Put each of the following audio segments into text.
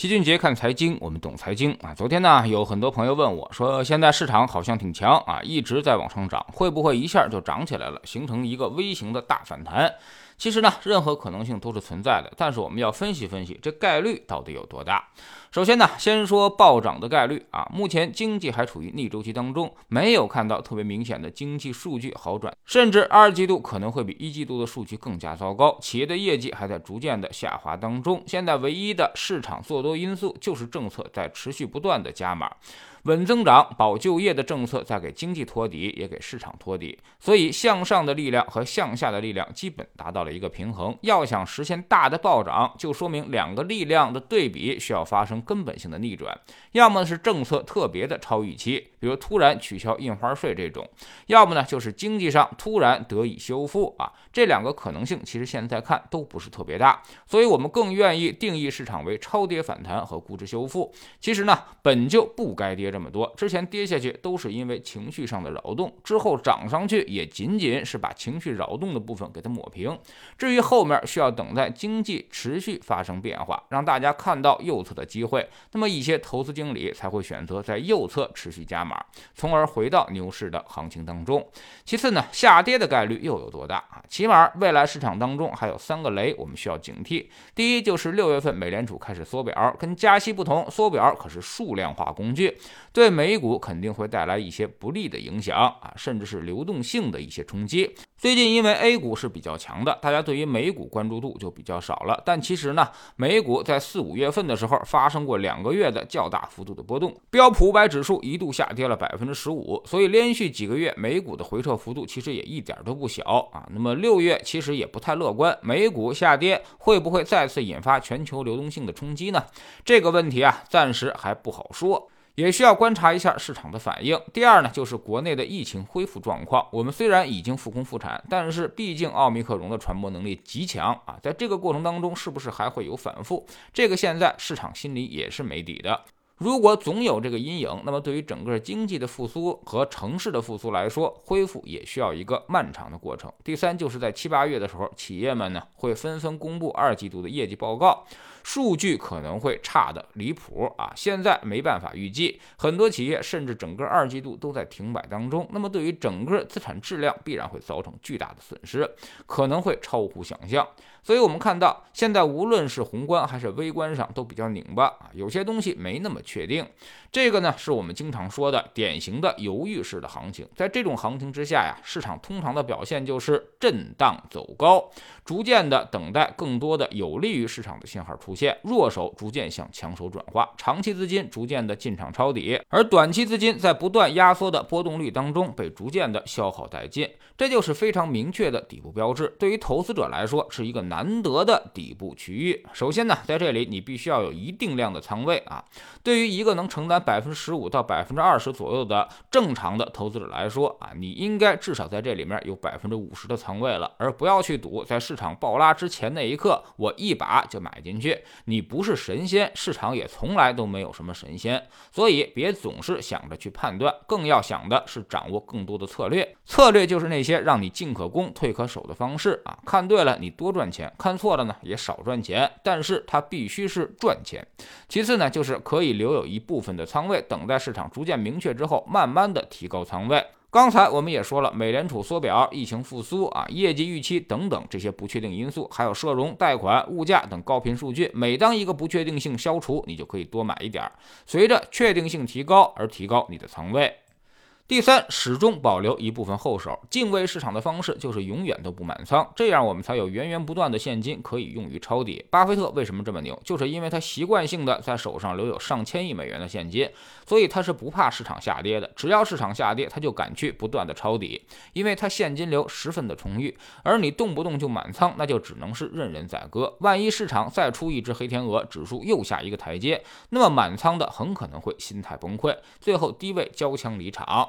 齐俊杰看财经，我们懂财经啊。昨天呢，有很多朋友问我说，现在市场好像挺强啊，一直在往上涨，会不会一下就涨起来了，形成一个微型的大反弹？其实呢，任何可能性都是存在的，但是我们要分析分析这概率到底有多大。首先呢，先说暴涨的概率啊，目前经济还处于逆周期当中，没有看到特别明显的经济数据好转，甚至二季度可能会比一季度的数据更加糟糕，企业的业绩还在逐渐的下滑当中。现在唯一的市场做多因素就是政策在持续不断的加码。稳增长、保就业的政策在给经济托底，也给市场托底，所以向上的力量和向下的力量基本达到了一个平衡。要想实现大的暴涨，就说明两个力量的对比需要发生根本性的逆转，要么是政策特别的超预期，比如突然取消印花税这种，要么呢就是经济上突然得以修复啊。这两个可能性其实现在看都不是特别大，所以我们更愿意定义市场为超跌反弹和估值修复。其实呢，本就不该跌这么多，之前跌下去都是因为情绪上的扰动，之后涨上去也仅仅是把情绪扰动的部分给它抹平。至于后面需要等待经济持续发生变化，让大家看到右侧的机会，那么一些投资经理才会选择在右侧持续加码，从而回到牛市的行情当中。其次呢，下跌的概率又有多大啊？起码未来市场当中还有3个雷我们需要警惕。第一就是6月份美联储开始缩表，跟加息不同，缩表可是数量化工具，对美股肯定会带来一些不利的影响啊，甚至是流动性的一些冲击。最近因为 A 股是比较强的，大家对于美股关注度就比较少了，但其实呢，美股在4、5月份的时候发生过2个月的较大幅度的波动，标普500指数一度下跌了 15%， 所以连续几个月美股的回撤幅度其实也一点都不小啊。那么6月其实也不太乐观，美股下跌会不会再次引发全球流动性的冲击呢？这个问题啊，暂时还不好说，也需要观察一下市场的反应。第二呢，就是国内的疫情恢复状况。我们虽然已经复工复产，但是毕竟奥密克戎的传播能力极强啊，在这个过程当中是不是还会有反复？这个现在市场心里也是没底的。如果总有这个阴影，那么对于整个经济的复苏和城市的复苏来说，恢复也需要一个漫长的过程。第三，就是在7、8月的时候，企业们呢会纷纷公布2季度的业绩报告，数据可能会差的离谱啊！现在没办法预计，很多企业甚至整个2季度都在停摆当中，那么对于整个资产质量必然会造成巨大的损失，可能会超乎想象。所以我们看到现在无论是宏观还是微观上都比较拧巴啊，有些东西没那么确定。这个呢是我们经常说的典型的犹豫式的行情。在这种行情之下呀，市场通常的表现就是震荡走高，逐渐的等待更多的有利于市场的信号出现，弱手逐渐向强手转化，长期资金逐渐的进场抄底，而短期资金在不断压缩的波动率当中被逐渐的消耗殆尽。这就是非常明确的底部标志，对于投资者来说是一个难得的底部区域。首先呢，在这里你必须要有一定量的仓位啊。对于一个能承担15%到20%左右的正常的投资者来说啊，你应该至少在这里面有50%的仓位了，而不要去赌在市场暴拉之前那一刻我一把就买进去。你不是神仙，市场也从来都没有什么神仙，所以别总是想着去判断，更要想的是掌握更多的策略。策略就是那些让你进可攻退可守的方式啊，看对了你多赚钱，看错了呢也少赚钱，但是它必须是赚钱。其次呢，就是可以留有一部分的仓位，等待市场逐渐明确之后，慢慢的提高仓位。刚才我们也说了，美联储缩表、疫情复苏啊、业绩预期等等这些不确定因素，还有社融、贷款、物价等高频数据，每当一个不确定性消除，你就可以多买一点，随着确定性提高而提高你的仓位。第三，始终保留一部分后手。敬畏市场的方式就是永远都不满仓，这样我们才有源源不断的现金可以用于抄底。巴菲特为什么这么牛？就是因为他习惯性的在手上留有上千亿美元的现金，所以他是不怕市场下跌的。只要市场下跌，他就敢去不断的抄底，因为他现金流十分的充裕。而你动不动就满仓，那就只能是任人宰割。万一市场再出一只黑天鹅，指数又下一个台阶，那么满仓的很可能会心态崩溃，最后低位交枪离场。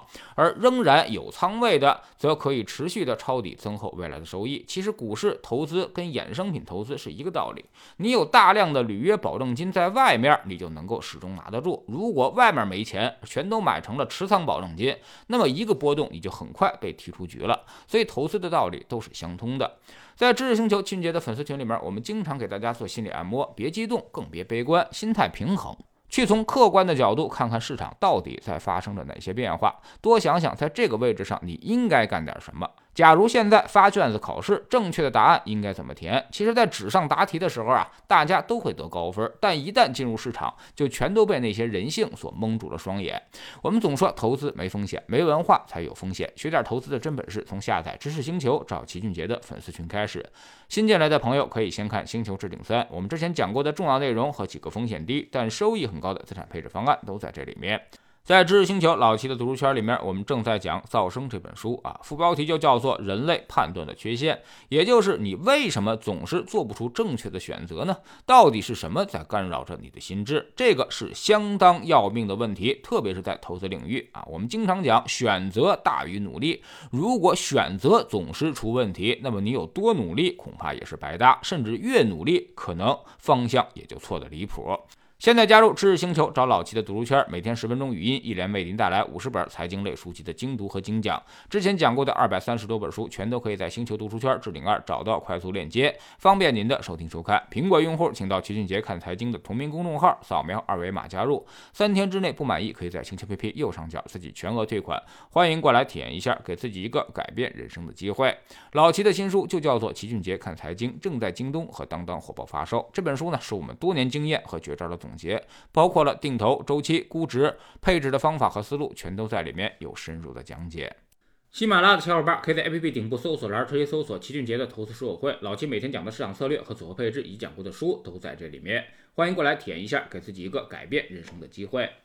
而仍然有仓位的，则可以持续的抄底增厚未来的收益。其实股市投资跟衍生品投资是一个道理，你有大量的履约保证金在外面，你就能够始终拿得住。如果外面没钱，全都买成了持仓保证金，那么一个波动你就很快被踢出局了。所以投资的道理都是相通的。在知识星球俊杰的粉丝群里面，我们经常给大家做心理按摩，别激动，更别悲观，心态平衡，去从客观的角度看看市场到底在发生着哪些变化，多想想在这个位置上你应该干点什么。假如现在发卷子考试，正确的答案应该怎么填？其实在纸上答题的时候大家都会得高分，但一旦进入市场，就全都被那些人性所蒙住了双眼。我们总说投资没风险，没文化才有风险。学点投资的真本事，从下载知识星球找齐俊杰的粉丝群开始。新进来的朋友可以先看星球置顶3，我们之前讲过的重要内容和几个风险低但收益很高的资产配置方案都在这里面。在知识星球老齐的读书圈里面，我们正在讲《噪声》这本书副标题就叫做人类判断的缺陷，也就是你为什么总是做不出正确的选择呢？到底是什么在干扰着你的心智？这个是相当要命的问题，特别是在投资领域我们经常讲选择大于努力，如果选择总是出问题，那么你有多努力恐怕也是白搭，甚至越努力可能方向也就错得离谱。现在加入知识星球，找老齐的读书圈，每天10分钟语音，一连为您带来50本财经类书籍的精读和精讲。之前讲过的230多本书，全都可以在星球读书圈置顶2找到快速链接，方便您的收听收看。苹果用户请到齐俊杰看财经的同名公众号，扫描二维码加入，3天之内不满意，可以在星球 APP 右上角自己全额退款。欢迎过来体验一下，给自己一个改变人生的机会。老齐的新书就叫做齐俊杰看财经，正在京东和当当火爆发售。这本书呢，是我们多年经验和绝招的总结，包括了定投、周期、估值、配置的方法和思路，全都在里面有深入的讲解。喜马拉雅的小伙伴可以在 APP 顶部搜索栏直接搜索齐俊杰的投资书友会，老齐每天讲的市场策略和组合配置以及讲过的书都在这里面，欢迎过来体验一下，给自己一个改变人生的机会。